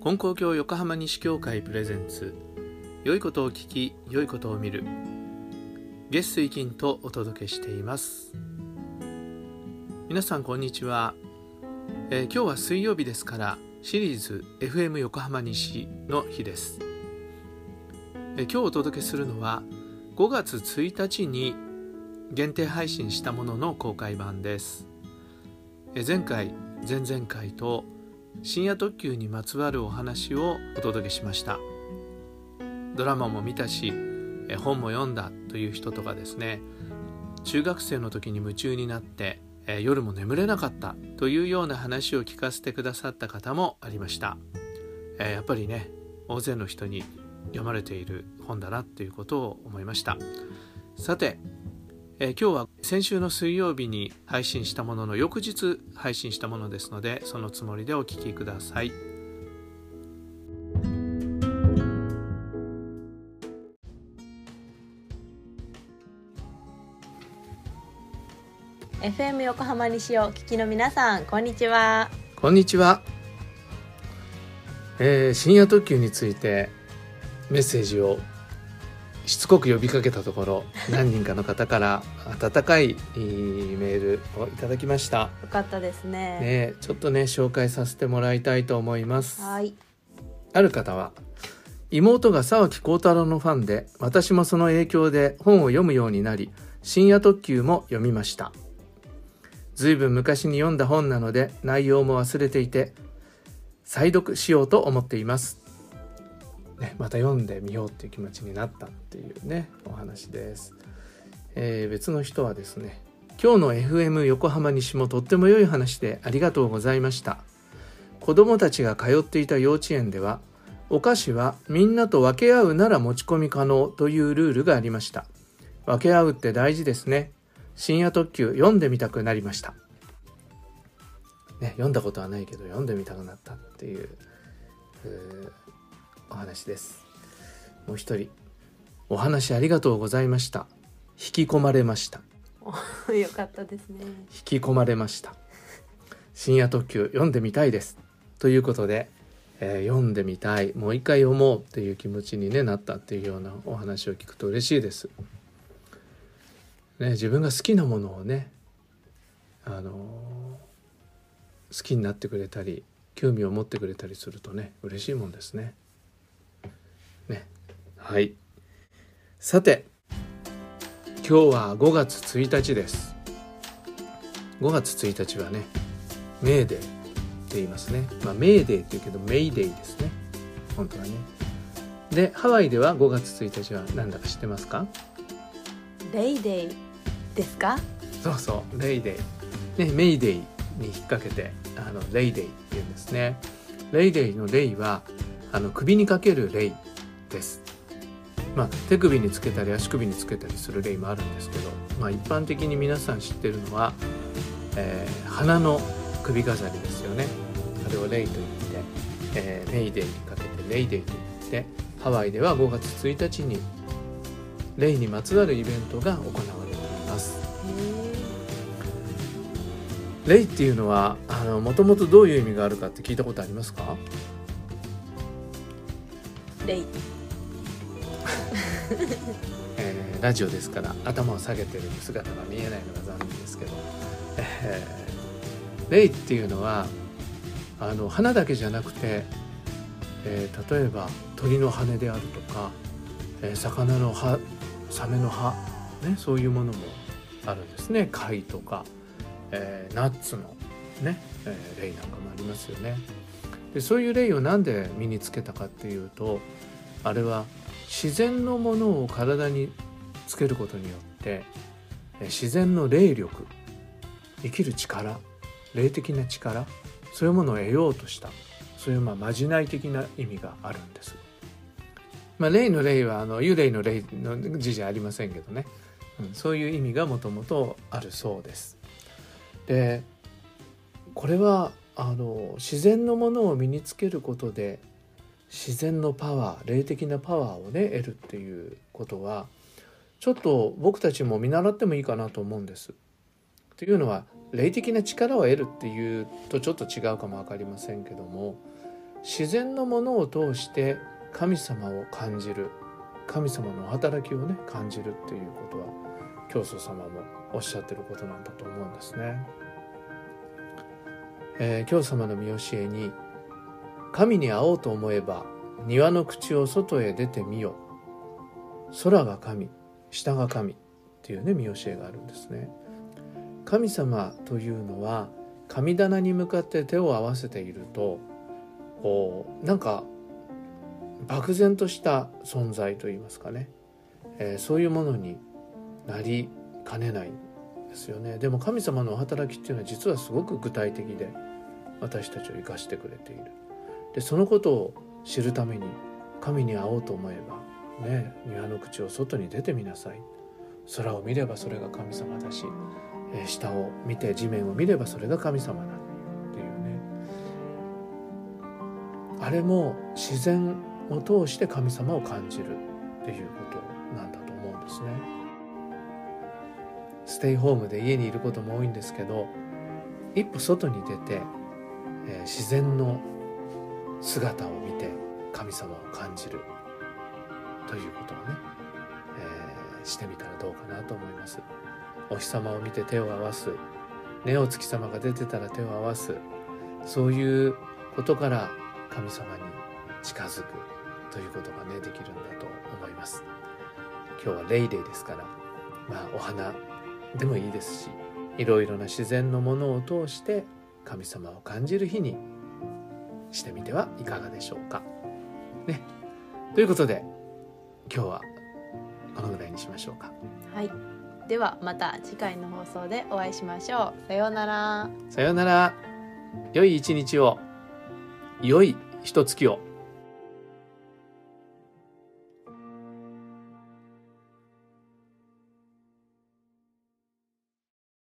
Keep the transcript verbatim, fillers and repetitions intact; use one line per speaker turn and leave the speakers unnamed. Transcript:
本光教横浜西教会プレゼンツ、良いことを聞き良いことを見る、月水金とお届けしています。皆さんこんにちは、えー、今日は水曜日ですからシリーズ エフエム 横浜西の日です。えー、今日お届けするのはごがつついたちに限定配信したものの公開版です。えー、前回前々回と深夜特急にまつわるお話をお届けしました。ドラマも見たし本も読んだという人とかですね、中学生の時に夢中になって夜も眠れなかったというような話を聞かせてくださった方もありました。やっぱりね、大勢の人に読まれている本だなということを思いました。さて、えー、今日は先週の水曜日に配信したものの翌日配信したものですので、そのつもりでお聞きください。
エフエム 横浜西をお聞きの皆さん、こんにちは。
こんにちは。えー、深夜特急についてメッセージをしつこく呼びかけたところ、何人かの方から温かいメールをいただきました。
よかったですね。
ね、ちょっとね紹介させてもらいたいと思います。
はい。
ある方は、妹が沢木耕太郎のファンで、私もその影響で本を読むようになり、深夜特急も読みました。ずいぶん昔に読んだ本なので内容も忘れていて再読しようと思っています。ね、また読んでみようっていう気持ちになったっていうねお話です。えー、別の人はですね、今日の エフエム 横浜西もとっても良い話でありがとうございました。子どもたちが通っていた幼稚園では、お菓子はみんなと分け合うなら持ち込み可能というルールがありました。分け合うって大事ですね。深夜特急読んでみたくなりました、ね、読んだことはないけど読んでみたくなったっていう、うお話です。もう一人、お話ありがとうございました。引き込まれました。
よかったですね。
引き込まれました。深夜特急読んでみたいですということで、えー、読んでみたい、もう一回読もうっていう気持ちに、ね、なったっていうようなお話を聞くと嬉しいです、ね、自分が好きなものをね、あのー、好きになってくれたり興味を持ってくれたりするとね、嬉しいもんですね。ね、はい。さて、今日はごがつついたちです。ごがつついたちはね、メーデーって言いますね。まあメーデーって言うけどメイデーですね、本当はね。で、ハワイではごがつついたちは何だか知ってますか？
レイデイですか？
そうそう、レイデー、ね、メイデーに引っ掛けてあのレイデーって言うんですね。レイデーのレイはあの首にかけるレイです。まあ、手首につけたり足首につけたりするレイもあるんですけど、まあ、一般的に皆さん知ってるのは、えー、花の首飾りですよね。あれをレイと言って、えー、メイデーにかけてレイデーと言って、ハワイではごがつついたちにレイにまつわるイベントが行われています。レイっていうのはあのもともとどういう意味があるかって聞いたことありますか？
レイ
えー、ラジオですから頭を下げてる姿が見えないのが残念ですけど、えー、レイっていうのはあの花だけじゃなくて、えー、例えば鳥の羽であるとか、えー、魚の葉、サメの葉、ね、そういうものもあるんですね。貝とか、えー、ナッツの、ねえー、レイなんかもありますよね。で、そういうレイをなんで身につけたかっていうと、あれは自然のものを体につけることによって自然の霊力、生きる力、霊的な力、そういうものを得ようとした、そういうまあまじない的な意味があるんです。まあ、霊の霊はあの幽霊の霊の字じゃありませんけどね、うん、そういう意味がもともとあるそうです。で、これはあの自然のものを身につけることで自然のパワー、霊的なパワーをね得るっていうことは、ちょっと僕たちも見習ってもいいかなと思うんです。というのは、霊的な力を得るっていうとちょっと違うかも分かりませんけども、 自然のものを通して神様を感じる、神様の働きをね感じるっていうことは教祖様もおっしゃってることなんだと思うんですね。えー、教祖様の見教えに、神に会おうと思えば庭の口を外へ出てみよ、空が神、下が神っていうね見教えがあるんですね。神様というのは神棚に向かって手を合わせていると、こうなんか漠然とした存在といいますかね、えー、そういうものになりかねないんですよね。でも神様のお働きっていうのは実はすごく具体的で、私たちを生かしてくれている。でそのことを知るために神に会おうと思えばね、庭の口を外に出てみなさい。空を見ればそれが神様だし、えー、下を見て地面を見ればそれが神様だっていうね、あれも自然を通して神様を感じるっていうことなんだと思うんですね。ステイホームで家にいることも多いんですけど、一歩外に出て、えー、自然の姿を見て神様を感じるということをね、えー、してみたらどうかなと思います。お日様を見て手を合わす、ね、お月様が出てたら手を合わす、そういうことから神様に近づくということがねできるんだと思います。今日はレイデーですから、まあお花でもいいですし、いろいろな自然のものを通して神様を感じる日にしてみてはいかがでしょうかね。ということで今日はこのぐらいにしましょうか。
はい、ではまた次回の放送でお会いしましょう。さようなら。
さようなら。良い一日を、良い一月を。